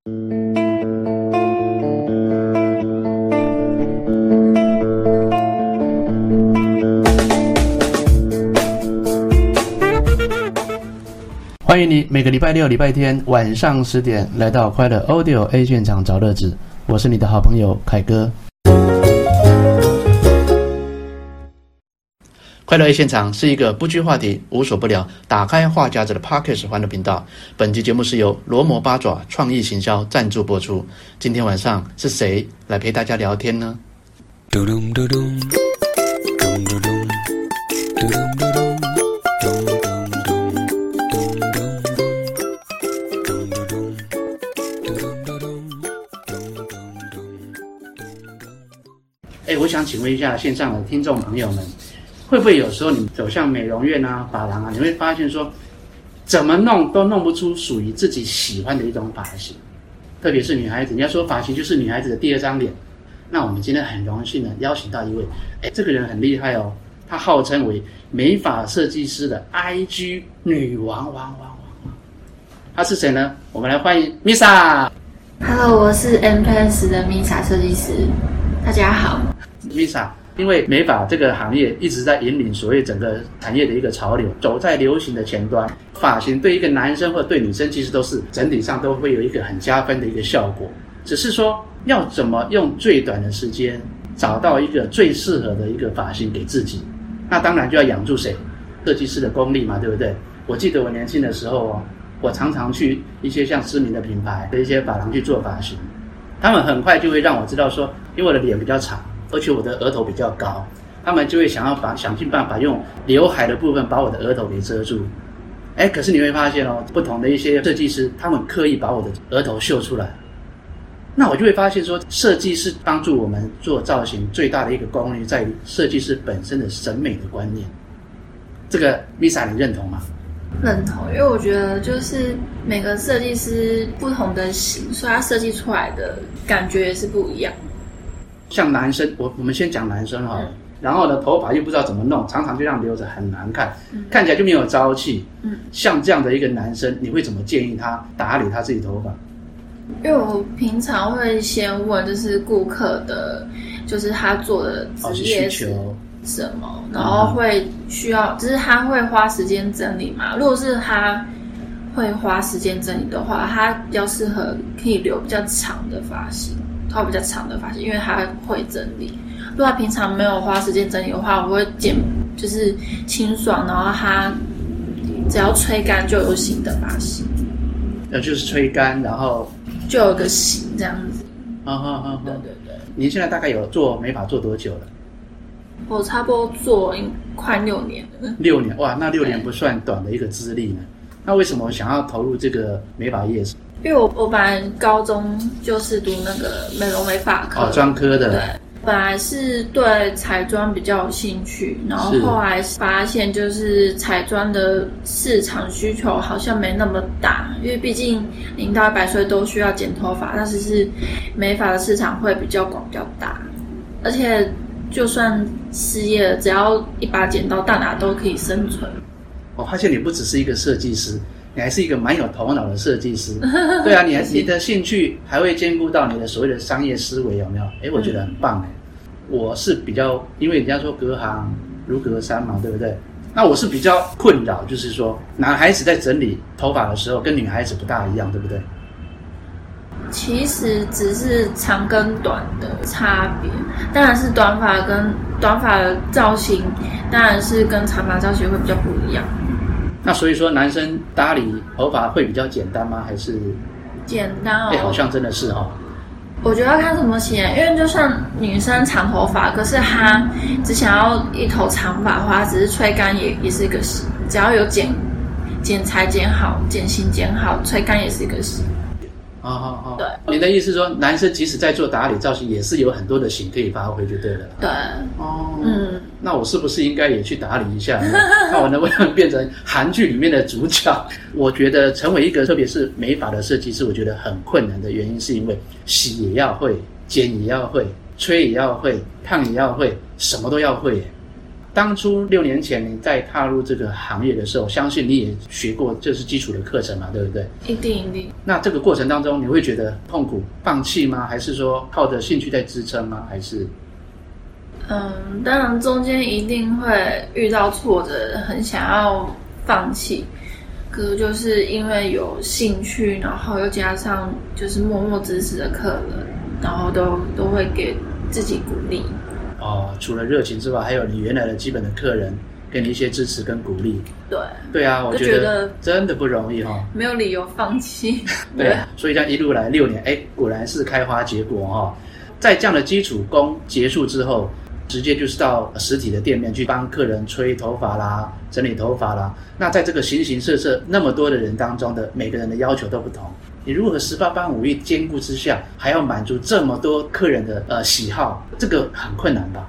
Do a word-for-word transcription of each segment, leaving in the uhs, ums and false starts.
欢迎你每个礼拜六、礼拜天晚上十点来到快乐 Audio A 现场找乐子，我是你的好朋友凯哥。快乐 A 现场是一个不拘话题、无所不聊、打开话匣子的 Podcast 欢乐频道。本期节目是由罗摩八爪创意行销赞助播出。今天晚上是谁来陪大家聊天呢？嘟咚嘟咚咚嘟咚嘟咚嘟咚。哎，我想请问一下线上的听众朋友们，会不会有时候你走向美容院啊、发廊啊，你会发现说，怎么弄都弄不出属于自己喜欢的一种发型？特别是女孩子，人家说发型就是女孩子的第二张脸。那我们今天很荣幸的邀请到一位，哎，这个人很厉害哦，他号称为美发设计师的 I G 女王王王王王。他是谁呢？我们来欢迎 Misa。Hello， 我是 M Plus 的 Misa 设计师。大家好 ，Misa， 因为美发这个行业一直在引领所谓整个产业的一个潮流，走在流行的前端。发型对一个男生或对女生，其实都是整体上都会有一个很加分的一个效果。只是说要怎么用最短的时间找到一个最适合的一个发型给自己，那当然就要养住谁？设计师的功力嘛，对不对？我记得我年轻的时候哦，我常常去一些像知名的品牌的一些发廊去做发型。他们很快就会让我知道说，因为我的脸比较长，而且我的额头比较高，他们就会想要把想尽办法用刘海的部分把我的额头给遮住。哎，可是你会发现哦，不同的一些设计师，他们刻意把我的额头秀出来。那我就会发现说，设计师帮助我们做造型最大的一个功力，在于设计师本身的审美的观念。这个 Misa 你认同吗？ 认同，因为我觉得就是每个设计师不同的型，所以他设计出来的感觉也是不一样。 像男生，我我们先讲男生哈、嗯，然后呢，头发又不知道怎么弄，常常就这样留着很难看，嗯、看起来就没有朝气。嗯，像这样的一个男生，你会怎么建议他打理他自己头发？ 因为我平常会先问，就是顾客的，就是他做的职业是什么，然后会需要，就是他会花时间整理嘛。如果是他会花时间整理的话，他比较适合可以留比较长的发型，头发比较长的发型，因为他会整理。如果他平常没有花时间整理的话，我会剪就是清爽，然后他只要吹干就有新的发型。 呃，就是吹干，然后就有个型这样子。 好好好， 对对对。 您现在大概有做美发做多久了？ 我差不多做快六年了。 六年，哇，那六年不算短的一个资历呢。那为什么想要投入这个美发业？ 因为我我本来高中就是读那个美容美发科， 哦，专科的。 对，本来是对彩妆比较有兴趣，然后后来发现就是彩妆的市场需求好像没那么大，因为毕竟零到一百岁都需要剪头发，但是是美发的市场会比较广比较大，而且就算失业了，只要一把剪刀到哪都可以生存。 我发现你不只是一个设计师，你还是一个蛮有头脑的设计师。对啊，你你的兴趣还会兼顾到你的所谓的商业思维，有没有？哎，我觉得很棒哎。嗯、我是比较，因为人家说隔行如隔山嘛，对不对？那我是比较困扰，就是说男孩子在整理头发的时候跟女孩子不大一样，对不对？ 其实只是长跟短的差别，当然是短发跟短发的造型，当然是跟长发造型会比较不一样。 那所以说，男生打理头发会比较简单吗？还是简单哦？ 哎，好像真的是哦。 我觉得要看什么型，因为就算女生长头发，可是她只想要一头长发的话，只是吹干也也是一个型，只要有剪剪裁剪好，剪型剪好，吹干也是一个型。 好好好， 对， 你的意思是说，男生即使在做打理造型，也是有很多的型可以发挥，就对了。 对， 哦，嗯，那我是不是应该也去打理一下？看我能不能变成韩剧里面的主角？我觉得成为一个特别是美发的设计师，我觉得很困难的原因，是因为洗也要会，剪也要会，吹也要会，烫也要会，什么都要会。 当初六年前你在踏入这个行业的时候，相信你也学过这是基础的课程嘛，对不对？ 一定一定。 那这个过程当中你会觉得痛苦放弃吗？还是说靠着兴趣在支撑吗？还是嗯，当然中间一定会遇到挫折，很想要放弃，可是就是因为有兴趣，然后又加上就是默默支持的客人，然后都都会给自己鼓励。 哦，除了热情之外，还有你原来的基本的客人给你一些支持跟鼓励。 对， 对啊，我觉得真的不容易哈、哦， 没有理由放弃。 对啊，所以这样一路来六年，哎，果然是开花结果哈、哦。在这样的基础功结束之后，直接就是到实体的店面去帮客人吹头发啦、整理头发啦。那在这个形形色色那么多的人当中的每个人的要求都不同，你如何十八般武艺兼顾之下，还要满足这么多客人的呃喜好，这个很困难吧？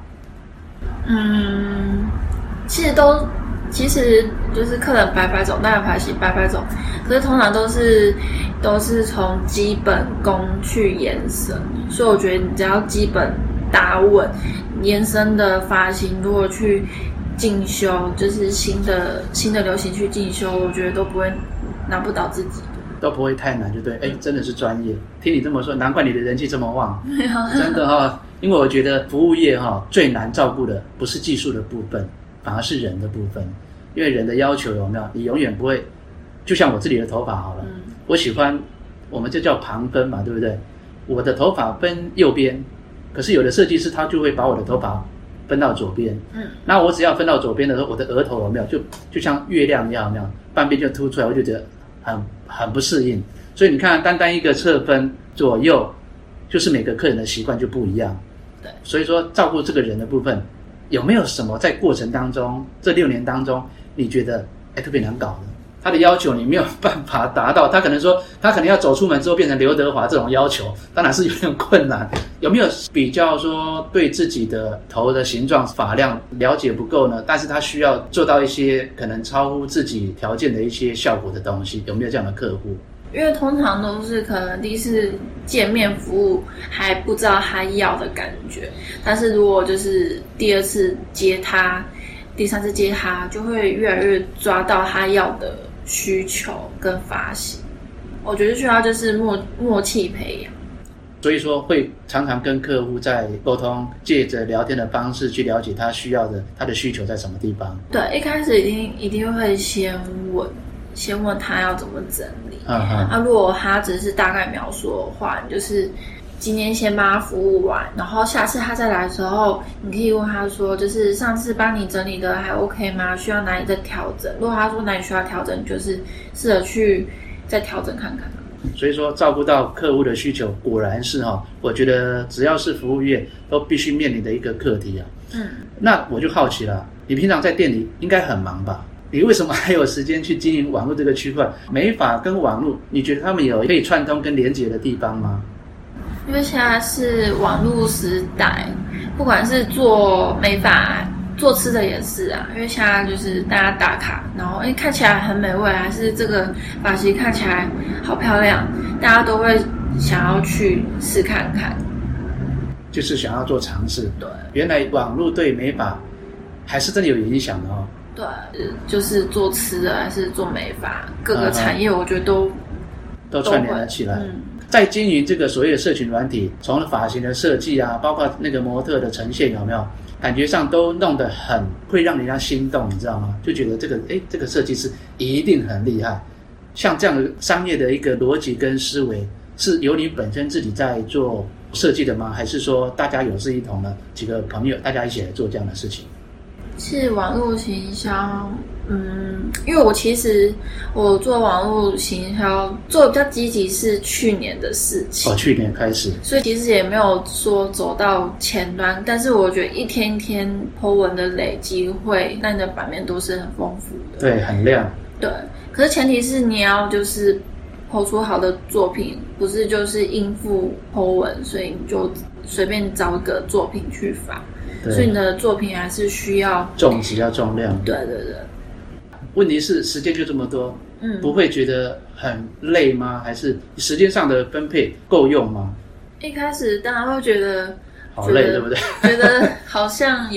嗯，其实都其实就是客人百百种，当然排戏百百种，可是通常都是都是从基本功去延伸，所以我觉得你只要基本打稳，延伸的发型如果去进修，就是新的新的流行去进修，我觉得都不会难不倒自己， 都不会太难，就对。哎，真的是专业。听你这么说，难怪你的人气这么旺。真的哈、哦，因为我觉得服务业哈、哦、最难照顾的不是技术的部分，反而是人的部分。因为人的要求有没有，你永远不会。就像我自己的头发好了，嗯、我喜欢，我们就叫旁分嘛，对不对？我的头发分右边，可是有的设计师他就会把我的头发分到左边。嗯，那我只要分到左边的时候，我的额头有没有就就像月亮一样，有没有半边就凸出来，我就觉得很很不适应。所以你看，单单一个侧分左右，就是每个客人的习惯就不一样。对，所以说照顾这个人的部分，有没有什么在过程当中，这六年当中，你觉得哎特别难搞的？他的要求你没有办法达到，他可能说他可能要走出门之后变成刘德华这种要求，当然是有点困难。有没有比较说对自己的头的形状、发量了解不够呢？但是他需要做到一些可能超乎自己条件的一些效果的东西，有没有这样的客户？ 因为通常都是可能第一次见面服务还不知道他要的感觉，但是如果就是第二次接他，第三次接他，就会越来越抓到他要的需求跟发型。我觉得需要就是默默契培养， 所以说会常常跟客户在沟通，借着聊天的方式去了解他需要的，他的需求在什么地方。 对，一开始一定一定会先问，先问他要怎么整理。嗯嗯。那、啊、如果他只是大概描述的话，你就是今天先帮他服务完，然后下次他再来的时候，你可以问他说，就是上次帮你整理的还 OK 吗？需要哪里再调整？如果他说哪里需要调整，就是试着去再调整看看。 所以说照顾到客户的需求，果然是哈、哦，我觉得只要是服务业都必须面临的一个课题啊。嗯，那我就好奇了，你平常在店里应该很忙吧？你为什么还有时间去经营网络这个区块？美发跟网络，你觉得他们有可以串通跟连结的地方吗？ 因为现在是网络时代，不管是做美发、做吃的也是啊。因为现在就是大家打卡，然后哎看起来很美味，还是这个发型看起来好漂亮，大家都会想要去试看看， 就是想要做尝试。对，原来网络对美发还是真的有影响的哦。 对，就是做吃的还是做美发，各个产业我觉得都、嗯、 都串联了起来。嗯，在经营这个所谓的社群软体，从发型的设计啊，包括那个模特的呈现，有没有感觉上都弄得很会让人家心动，你知道吗？就觉得这个哎，这个设计师一定很厉害。像这样的商业的一个逻辑跟思维，是由你本身自己在做设计的吗？还是说大家有志一同呢？几个朋友大家一起来做这样的事情？ 是网络行销，嗯，因为我其实我做网络行销做的比较积极是去年的事情。 哦，去年开始， 所以其实也没有说走到前端，但是我觉得一天一天 po 文的累积会让你的版面都是很丰富的， 对，很亮。对， 可是前提是你要就是po出好的作品，不是就是应付 po 文，所以你就随便找个作品去发。所以你的作品还是需要重质要重量。 对对对。 问题是时间就这么多，嗯，不会觉得很累吗？还是时间上的分配够用吗？ 一开始当然会觉得好累，对不对？ 觉得好像有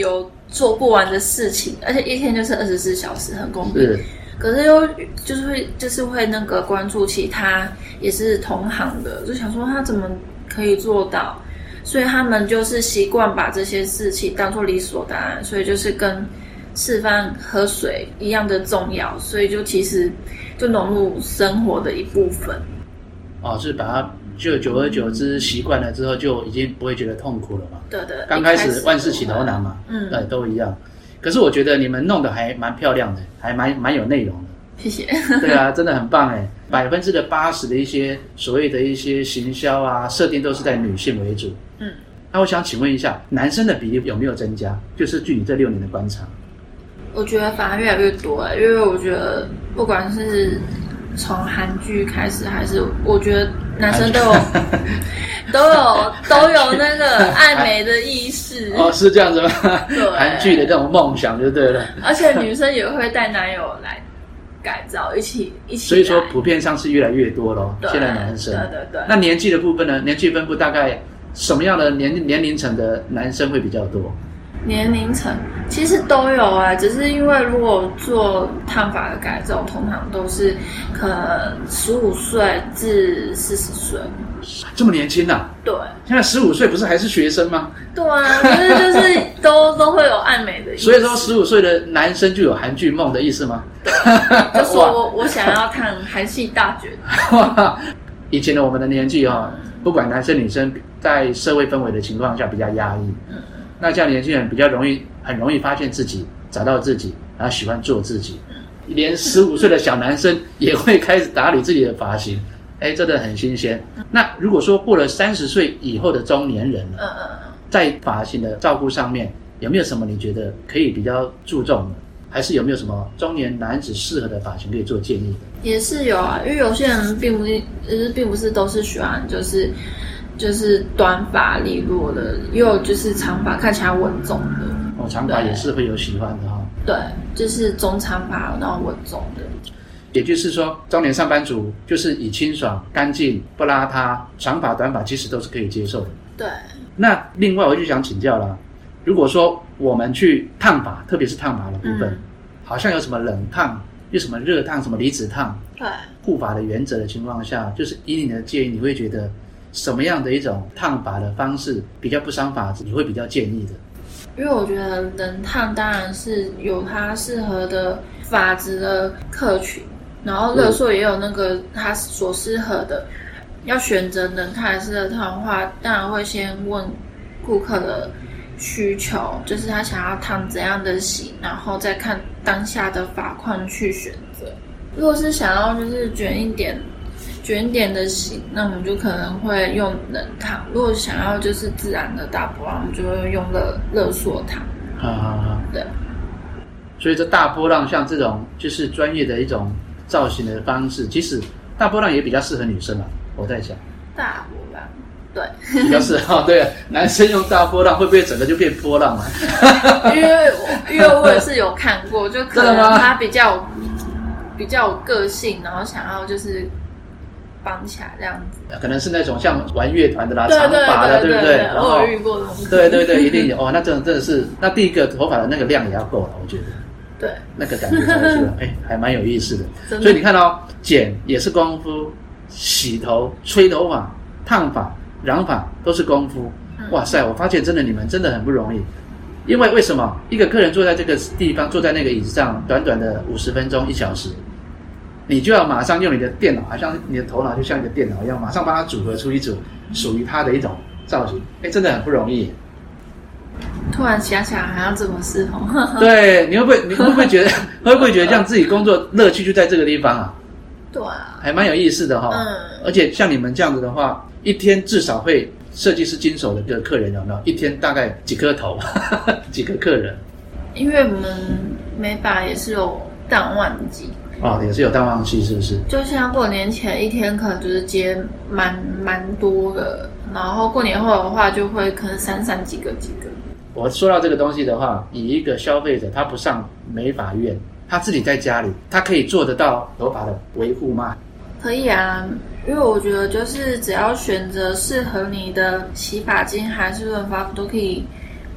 做不完的事情，而且一天就是二十四小时，很公平。可是又就是会就是会那个关注其他也是同行的，就想说他怎么可以做到，所以他们就是习惯把这些事情当作理所当然，所以就是跟吃饭喝水一样的重要，所以就其实就融入生活的一部分。 哦，是把它就久而久之习惯了之后，就已经不会觉得痛苦了嘛。 对对， 刚开始万事起头难嘛，嗯，对，都一样。可是我觉得你们弄得还蛮漂亮的，还蛮蛮有内容的。 谢谢。 对啊，真的很棒哎，百分之的八十的一些所谓的一些行销啊设定都是在女性为主。嗯，那我想请问一下，男生的比例有没有增加？就是据你这六年的观察。 我觉得反而越来越多哎，因为我觉得不管是从韩剧开始，还是我觉得男生都有都有都有那个爱美的意识。 哦，是这样子吗？ 对， 韩剧的这种梦想就对了。 而且女生也会带男友来改造，一起一起。 所以说普遍上是越来越多咯。现在男生。 对对对。 那年纪的部分呢？年纪分布大概什么样的年年龄层的男生会比较多？ 年龄层其实都有啊，只是因为如果做烫发的改造，通常都是可能十五岁至四十岁。 这么年轻啊？ 对， 现在十五岁不是还是学生吗？ 对啊，可是就是都都会有爱美的意思。 所以说十五岁的男生就有韩剧梦的意思吗？ 对，就说我我想要看韩系大绝。 以前的我们的年纪哦，不管男生女生，在社会氛围的情况下比较压抑。嗯。那这样年轻人比较容易，很容易发现自己，找到自己，然后喜欢做自己。连十五岁的小男生也会开始打理自己的发型，哎，真的很新鲜。那如果说过了三十岁以后的中年人呢，在发型的照顾上面，有没有什么你觉得可以比较注重的？还是有没有什么中年男子适合的发型可以做建议的？ 也是有啊，因为有些人并不是，呃，并不是都是喜欢就是。就是短发利落的，也有就是长发看起来稳重的。 哦，长发也是会有喜欢的哈、哦。 对，就是中长发然后稳重的。 也就是说，中年上班族就是以清爽、干净、不邋遢，长发、短发其实都是可以接受的。 对。 那另外我就想请教了，如果说我们去烫发，特别是烫发的部分，嗯、好像有什么冷烫、有什么热烫、什么离子烫， 对， 护发的原则的情况下，就是以你的建议，你会觉得什么样的一种烫发的方式比较不伤发质，你会比较建议的？ 因为我觉得冷烫当然是有它适合的发质的客群，然后热塑也有那个它所适合的。要选择冷烫还是热烫的话，当然会先问顾客的需求，就是他想要烫怎样的型，然后再看当下的发况去选择。如果是想要就是卷一点卷点的型，那我们就可能会用冷烫；如果想要就是自然的大波浪，我们就会用热热缩烫。 啊， 对。 所以这大波浪像这种就是专业的一种造型的方式，其实大波浪也比较适合女生啊。我在想， 大波浪，对， 比较适合。对，男生用大波浪会不会整个就变波浪了？ 因为我因为我也是有看过，就可能他比较有比较有个性，然后想要就是绑起来这样子。 可能是那种像玩乐团的啦，长发的，对不对？ 我有遇过这种。 对对对，一定有哦。那真的真的是，那第一个头发的那个量也要够了，我觉得。 对， 那个感觉才出来，哎，还蛮有意思的。所以你看哦，剪也是功夫。洗头、吹头发、烫发、染发都是功夫。哇塞！我发现真的你们真的很不容易，因为为什么？一个客人坐在这个地方，坐在那个椅子上，短短的五十分钟、一小时，你就要马上用你的电脑，好像你的头脑就像你的电脑一样，马上帮他组合出一组属于他的一种造型。哎，真的很不容易。 突然想想还要这么适合。 对，你会不会？你会不会觉得？会不会觉得这样自己工作乐趣就在这个地方啊？ 对啊， 还蛮有意思的哈、哦。嗯，而且像你们这样子的话，一天至少会设计师经手的个客人有没有？一天大概几颗头，几个客人？ 因为我们美发也是有淡旺季哦，也是有淡旺季，是不是？ 就像过年前一天可能就是接蛮蛮多的，然后过年后的话就会可能散散几个几个。 我说到这个东西的话，以一个消费者他不上美发院。他自己在家里，他可以做得到头发的维护吗？ 可以啊，因为我觉得就是只要选择适合你的洗发精还是润发，都可以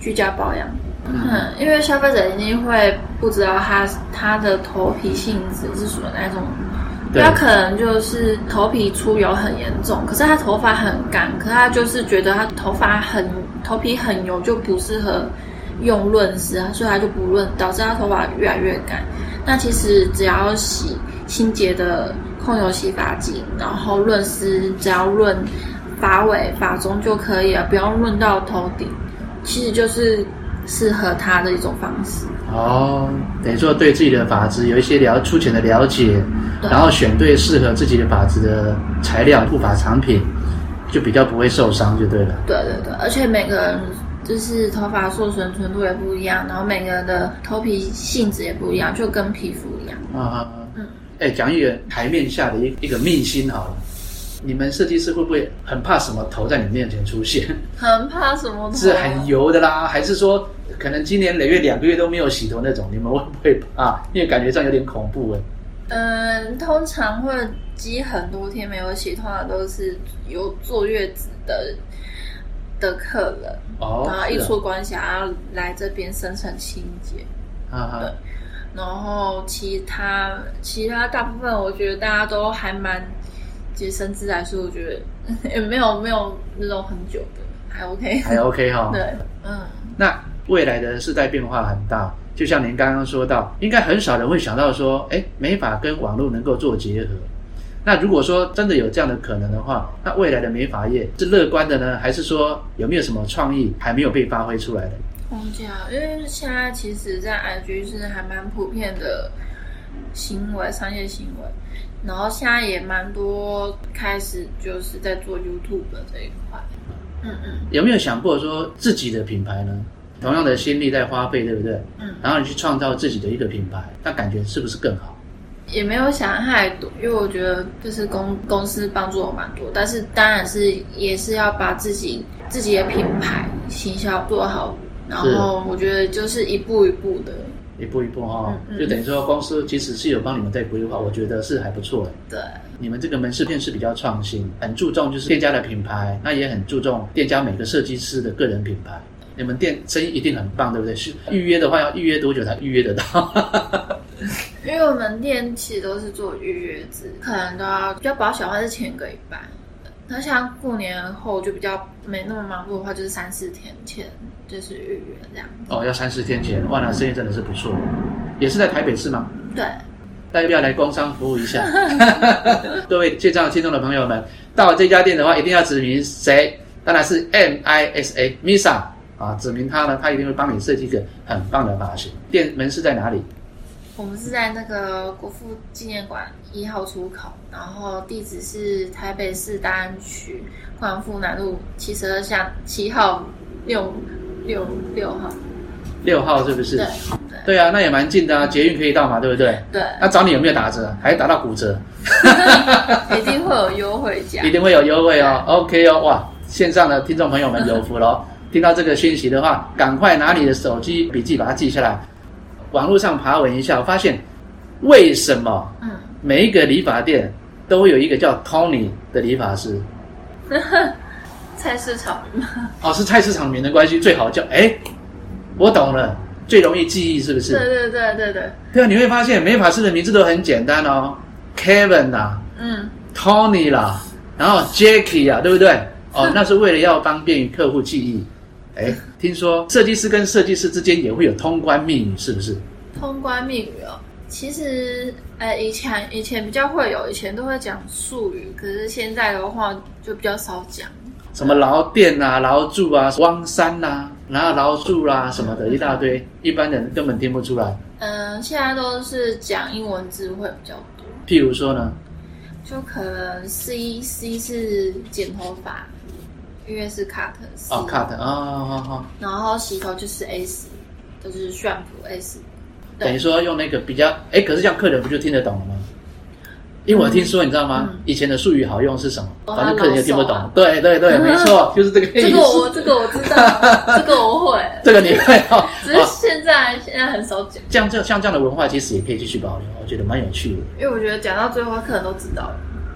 居家保养。嗯，因为消费者一定会不知道他他的头皮性质是属于哪种，他可能就是头皮出油很严重，可是他头发很干，可是他就是觉得他头发很头皮很油就不适合用润丝，所以他就不润，导致他头发越来越干。那其实只要洗清洁的控油洗发精，然后润丝只要润发尾发中就可以了，不用润到头顶，其实就是适合他的一种方式。 哦，等于说对自己的发质有一些了粗浅的了解，然后选对适合自己的发质的材料护发产品，就比较不会受伤就对了。 对对对，而且每个人就是头发受损程度也不一样，然后每个人的头皮性质也不一样，就跟皮肤一样。 啊，嗯，哎，讲一个台面下的一一个秘辛好了。你们设计师会不会很怕什么头在你面前出现？ 很怕什么头？ 是很油的啦，还是说可能今年累月两个月都没有洗头那种？你们会不会怕？因为感觉上有点恐怖哎。 嗯，通常会积很多天没有洗，通常都是有坐月子的的客人， 哦， 然后一出关想要来这边深层清洁， 啊对，然后其他其他大部分我觉得大家都还蛮。其实生资来说，我觉得也没有没有那种很久的，还 OK， 还 OK 哈、哦。 对，嗯。 那未来的世代变化很大，就像您刚刚说到，应该很少人会想到说，哎，美发跟网络能够做结合。那如果说真的有这样的可能的话，那未来的美发业是乐观的呢，还是说有没有什么创意还没有被发挥出来的？ 框架，因为现在其实，在 I G 是还蛮普遍的行为，商业行为。然后现在也蛮多开始就是在做 YouTube 这一块，嗯嗯，有没有想过说自己的品牌呢？同样的心力在花费，对不对？嗯，然后你去创造自己的一个品牌，那感觉是不是更好？ 也没有想太多，因为我觉得就是公公司帮助我蛮多，但是当然是也是要把自己自己的品牌行销做好，然后我觉得就是一步一步的。 一步一步哈、哦嗯嗯，就等于说公司其实是有帮你们在规划，我觉得是还不错的。 对， 你们这个门市店是比较创新，很注重就是店家的品牌，那也很注重店家每个设计师的个人品牌。你们店生意一定很棒，对不对？是预约的话要预约多久才预约得到？ 因为我们店其实都是做预约制，可能都要比较保险的话是前个礼拜。那像过年后就比较没那么忙碌的话，就是三四天前就是预约这样。 哦，要三四天前，哇，那生意真的是不错。也是在台北市吗？ 对。 大家不要来工商服务一下。各位线上听众的朋友们，到这家店的话，一定要指明谁，当然是 M I S A Misa 啊，指明他呢，他一定会帮你设计一个很棒的发型。店门市在哪里？ 我们是在那个国父纪念馆一号出口，然后地址是台北市大安区光复南路七十二巷七号六六六号。 六号是不是？ 对对, 对啊，那也蛮近的啊，捷运可以到嘛，对不对？ 对。 那找你有没有打折？还打到骨折？ 一定会有优惠价。 一定会有优惠哦。OK 哦，哇，线上的听众朋友们有福了，听到这个讯息的话，赶快拿你的手机笔记把它记下来。网络上爬文一下，我发现为什么每一个理发店都会有一个叫 Tony 的理发师？ 菜市场名吗？ 哦，是菜市场名的关系，最好叫哎，我懂了，最容易记忆是不是？ 对对对对对。 对啊，你会发现美发师的名字都很简单哦 ，Kevin 啦，嗯 ，Tony 啦，然后 Jackie 啊，对不对？哦，那是为了要方便于客户记忆。哎，听说设计师跟设计师之间也会有通关密语，是不是？ 通关密语哦，其实呃以前以前比较会有，以前都会讲术语，可是现在的话就比较少讲。 什么劳电啊、劳助啊、汪山啊，然后劳助啦、啊、什么的一大堆，一般人根本听不出来。 嗯、呃，现在都是讲英文字会比较多。 譬如说呢？ 就可能 C C 是剪头发。因为是 cut 哦 cut 哦哦哦， 然后洗头就是 S， 就是 shampoo S， 等于说用那个比较哎，可是这样客人不就听得懂了吗？因为我听说、嗯、你知道吗、嗯？以前的术语好用是什么？哦、反正客人也听不懂。啊、对对对，没错，就是这个意思。 这个我这个我知道，这个我会， 这个你会哦。 只是现在、哦、现在很少讲。 这样这像这样的文化，其实也可以继续保留，我觉得蛮有趣的。 因为我觉得讲到最后，客人都知道了。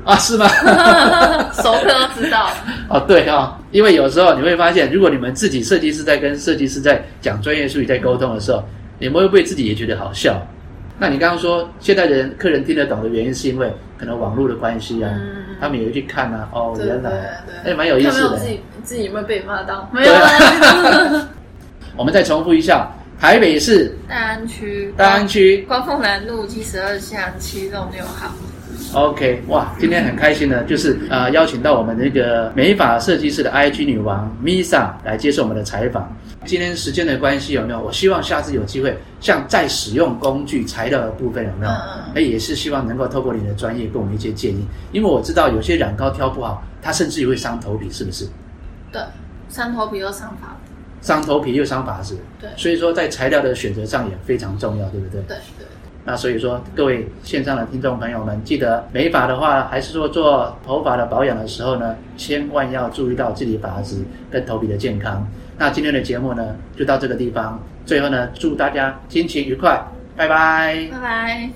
啊，是吗？ 熟客都知道。 哦，对哦，因为有时候你会发现，如果你们自己设计师在跟设计师在讲专业术语在沟通的时候，你们会不会自己也觉得好笑？那你刚刚说现在的人客人听得懂的原因，是因为可能网络的关系啊，嗯、他们也会去看啊。哦，原来，哎，蛮有意思的。 有自己自己有没有被骂到？没有啊。 我们再重复一下。台北市大安区大安区光复南路七十二巷七弄六号。 OK， 哇，今天很开心呢，就是呃邀请到我们那个美发设计师的 I G 女王 Misa 来接受我们的采访。今天时间的关系有没有？我希望下次有机会，像在使用工具材料的部分有没有？嗯嗯。也是希望能够透过你的专业给我们一些建议，因为我知道有些染膏挑不好，它甚至也会伤头皮，是不是？ 对，伤头皮又伤发。 伤头皮又伤发质， 对， 所以说在材料的选择上也非常重要，对不对？ 对对。 那所以说，各位线上的听众朋友们，记得美发的话，还是说做头发的保养的时候呢，千万要注意到自己发质跟头皮的健康。那今天的节目呢，就到这个地方。最后呢，祝大家心情愉快，拜拜， 拜拜。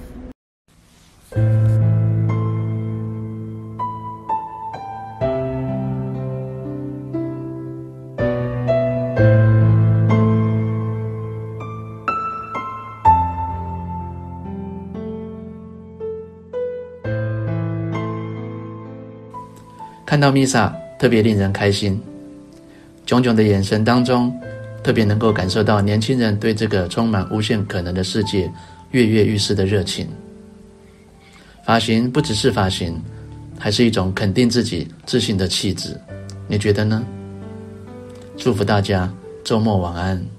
看到 Misa 特别令人开心，炯炯的眼神当中，特别能够感受到年轻人对这个充满无限可能的世界跃跃欲试的热情。发型不只是发型，还是一种肯定自己自信的气质，你觉得呢？祝福大家周末晚安。